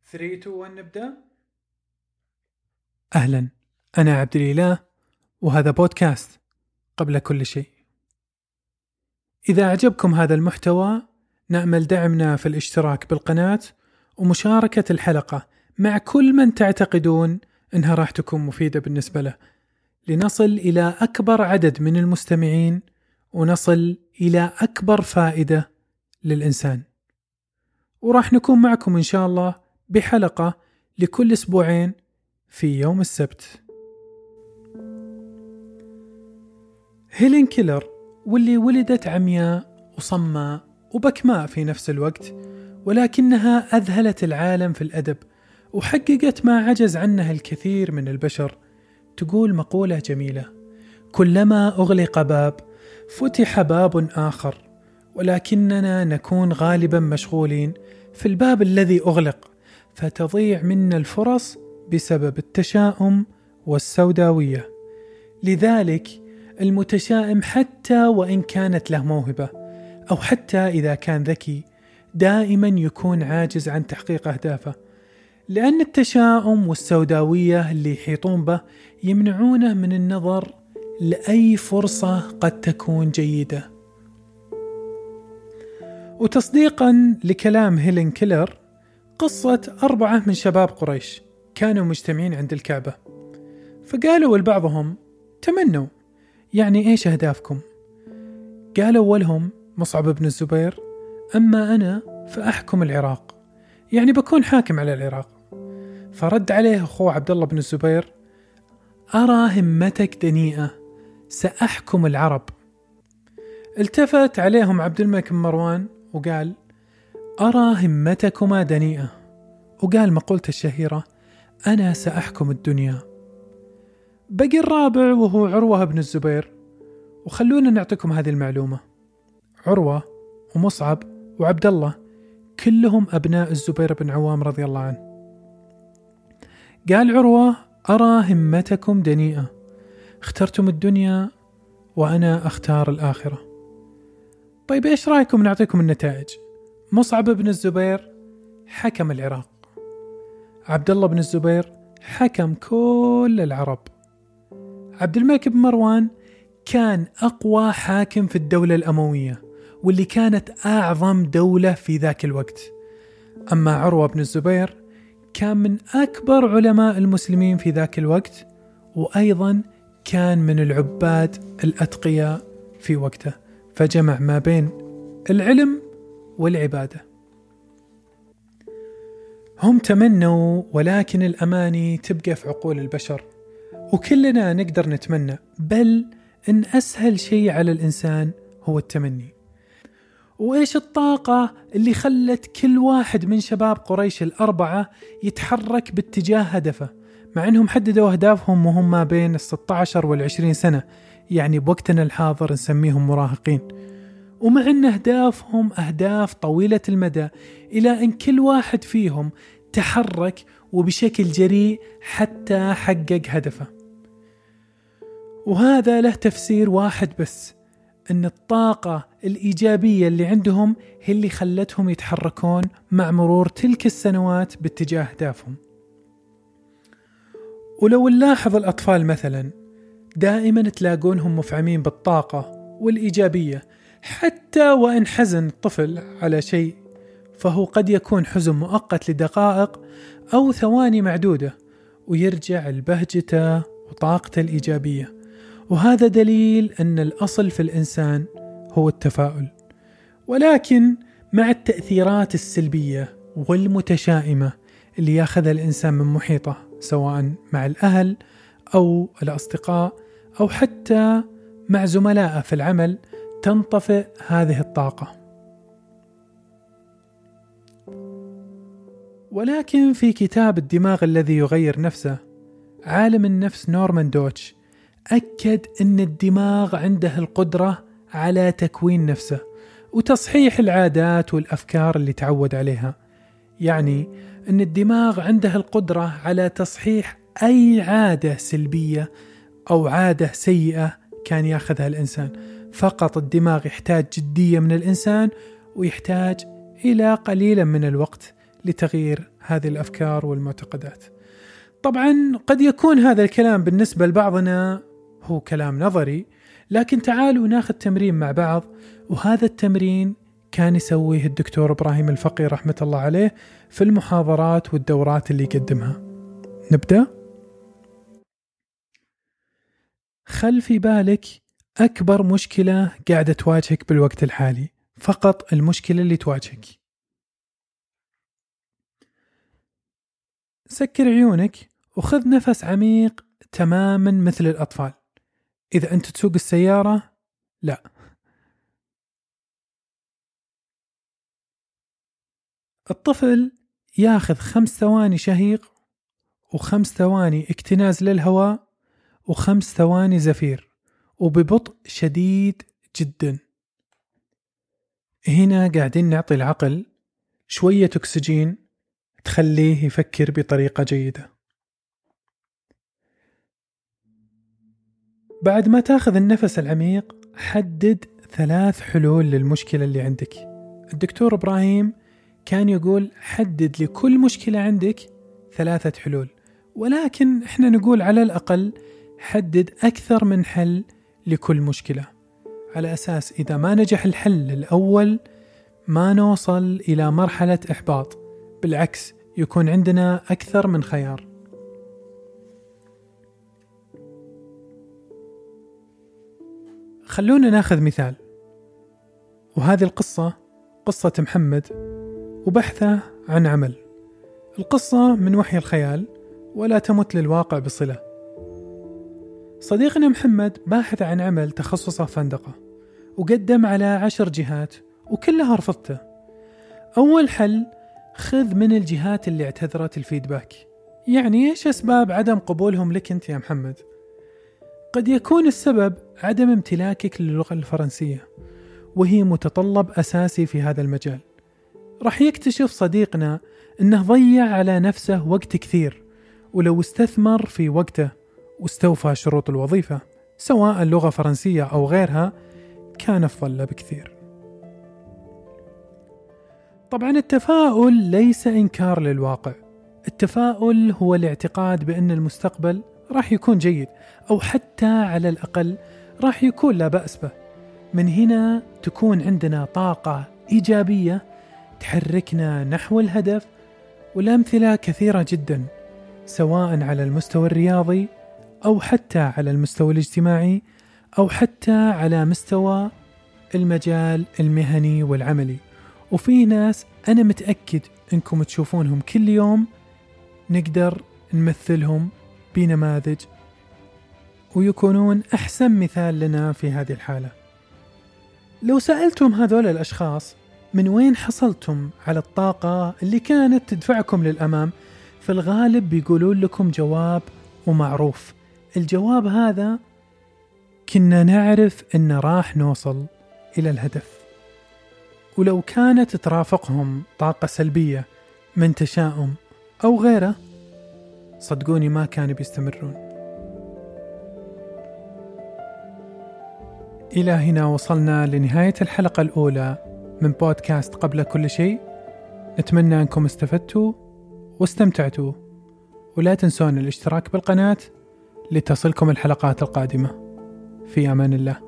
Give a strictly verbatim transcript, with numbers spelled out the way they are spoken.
ثلاثة اثنين واحد نبدأ. أهلا، أنا عبد الإله وهذا بودكاست قبل كل شيء. إذا أعجبكم هذا المحتوى نأمل دعمنا في الاشتراك بالقناة ومشاركة الحلقة مع كل من تعتقدون أنها راح تكون مفيدة بالنسبة له، لنصل إلى أكبر عدد من المستمعين ونصل إلى أكبر فائدة للإنسان. وراح نكون معكم إن شاء الله بحلقة لكل أسبوعين في يوم السبت. هيلين كيلر، واللي ولدت عمياء وصماء وبكماء في نفس الوقت، ولكنها أذهلت العالم في الأدب وحققت ما عجز عنه الكثير من البشر، تقول مقولة جميلة: كلما أغلق باب فتح باب آخر، ولكننا نكون غالبا مشغولين في الباب الذي أغلق، فتضيع منا الفرص بسبب التشاؤم والسوداوية. لذلك المتشائم حتى وإن كانت له موهبة أو حتى إذا كان ذكي دائما يكون عاجز عن تحقيق أهدافه، لأن التشاؤم والسوداوية اللي يحيطون به يمنعونه من النظر لأي فرصة قد تكون جيدة. وتصديقا لكلام هيلين كيلر، قصة أربعة من شباب قريش كانوا مجتمعين عند الكعبة، فقالوا لبعضهم: تمنوا، يعني إيش أهدافكم؟ قال أولهم مصعب بن الزبير: أما أنا فأحكم العراق، يعني بكون حاكم على العراق. فرد عليه أخوه عبد الله بن الزبير: أرى همتك دنيئة، سأحكم العرب. التفت عليهم عبد الملك بن مروان وقال: أرى همتكما دنيئة، وقال مقولته الشهيرة: أنا سأحكم الدنيا. بقي الرابع وهو عروة بن الزبير، وخلونا نعطيكم هذه المعلومة: عروة ومصعب وعبد الله كلهم أبناء الزبير بن عوام رضي الله عنه. قال عروة: أرى همتكم دنيئة، اخترتم الدنيا وأنا أختار الآخرة. طيب إيش رأيكم نعطيكم النتائج؟ مصعب بن الزبير حكم العراق، عبد الله بن الزبير حكم كل العرب، عبد الملك بن مروان كان أقوى حاكم في الدولة الأموية واللي كانت أعظم دولة في ذاك الوقت. أما عروة بن الزبير كان من أكبر علماء المسلمين في ذاك الوقت، وأيضا كان من العباد الأتقياء في وقته، فجمع ما بين العلم والعبادة. هم تمنوا، ولكن الأماني تبقى في عقول البشر، وكلنا نقدر نتمنى، بل إن أسهل شيء على الإنسان هو التمني. وإيش الطاقة اللي خلت كل واحد من شباب قريش الأربعة يتحرك باتجاه هدفه، مع أنهم حددوا أهدافهم وهم ما بين الستة عشر والعشرين سنة، يعني بوقتنا الحاضر نسميهم مراهقين، ومع أن أهدافهم أهداف طويلة المدى، إلى أن كل واحد فيهم تحرك وبشكل جريء حتى حقق هدفه. وهذا له تفسير واحد بس، أن الطاقة الإيجابية اللي عندهم هي اللي خلتهم يتحركون مع مرور تلك السنوات باتجاه أهدافهم. ولو نلاحظ الأطفال مثلا، دائما تلاقونهم مفعمين بالطاقة والإيجابية، حتى وإن حزن الطفل على شيء فهو قد يكون حزن مؤقت لدقائق أو ثواني معدودة، ويرجع لبهجته وطاقته الإيجابية. وهذا دليل أن الأصل في الإنسان هو التفاؤل. ولكن مع التأثيرات السلبية والمتشائمة اللي ياخذها الإنسان من محيطه، سواء مع الأهل أو الأصدقاء أو حتى مع زملائه في العمل، تنطفئ هذه الطاقة. ولكن في كتاب الدماغ الذي يغير نفسه، عالم النفس نورمان دوتش أكد أن الدماغ عنده القدرة على تكوين نفسه وتصحيح العادات والأفكار اللي تعود عليها. يعني أن الدماغ عنده القدرة على تصحيح أي عادة سلبية أو عادة سيئة كان ياخذها الإنسان. فقط الدماغ يحتاج جدية من الإنسان، ويحتاج إلى قليلا من الوقت لتغيير هذه الأفكار والمعتقدات. طبعا قد يكون هذا الكلام بالنسبة لبعضنا هو كلام نظري، لكن تعالوا ناخذ تمرين مع بعض، وهذا التمرين كان يسويه الدكتور إبراهيم الفقي رحمة الله عليه في المحاضرات والدورات اللي يقدمها. نبدأ. خل في بالك أكبر مشكلة قاعدة تواجهك بالوقت الحالي، فقط المشكلة اللي تواجهك. سكر عيونك وخذ نفس عميق تماما مثل الأطفال. إذا أنت تسوق السيارة لا. الطفل ياخذ خمس ثواني شهيق وخمس ثواني اكتناز للهواء وخمس ثواني زفير، وببطء شديد جدا. هنا قاعدين نعطي العقل شوية أكسجين تخليه يفكر بطريقة جيدة. بعد ما تاخذ النفس العميق حدد ثلاث حلول للمشكلة اللي عندك. الدكتور إبراهيم كان يقول حدد لكل مشكلة عندك ثلاثة حلول، ولكن احنا نقول على الأقل حدد أكثر من حل لكل مشكلة، على أساس إذا ما نجح الحل الأول ما نوصل إلى مرحلة إحباط، بالعكس يكون عندنا أكثر من خيار. خلونا ناخذ مثال، وهذه القصة قصة محمد وبحثه عن عمل. القصة من وحي الخيال ولا تمت للواقع بصلة. صديقنا محمد باحث عن عمل تخصصه فندقة، وقدم على عشر جهات وكلها رفضته. أول حل، خذ من الجهات اللي اعتذرت الفيدباك. يعني إيش أسباب عدم قبولهم لك أنت يا محمد؟ قد يكون السبب عدم امتلاكك للغة الفرنسية، وهي متطلب أساسي في هذا المجال. راح يكتشف صديقنا أنه ضيع على نفسه وقت كثير، ولو استثمر في وقته واستوفى شروط الوظيفة سواء اللغة فرنسية أو غيرها كان أفضل له بكثير. طبعا التفاؤل ليس إنكار للواقع. التفاؤل هو الاعتقاد بأن المستقبل راح يكون جيد، أو حتى على الأقل راح يكون لا بأس به. من هنا تكون عندنا طاقة إيجابية تحركنا نحو الهدف، والأمثلة كثيرة جدا سواء على المستوى الرياضي أو حتى على المستوى الاجتماعي أو حتى على مستوى المجال المهني والعملي. وفي ناس أنا متأكد أنكم تشوفونهم كل يوم نقدر نمثلهم بنماذج ويكونون أحسن مثال لنا في هذه الحالة. لو سألتم هذول الأشخاص من وين حصلتم على الطاقة اللي كانت تدفعكم للأمام، في الغالب بيقولون لكم جواب ومعروف. الجواب هذا كنا نعرف أن راح نوصل إلى الهدف. ولو كانت ترافقهم طاقة سلبية من تشاؤم أو غيره، صدقوني ما كانوا بيستمرون. إلى هنا وصلنا لنهاية الحلقة الأولى من بودكاست قبل كل شيء. نتمنى أنكم استفدتوا واستمتعتوا، ولا تنسون الاشتراك بالقناة لتصلكم الحلقات القادمة. في أمان الله.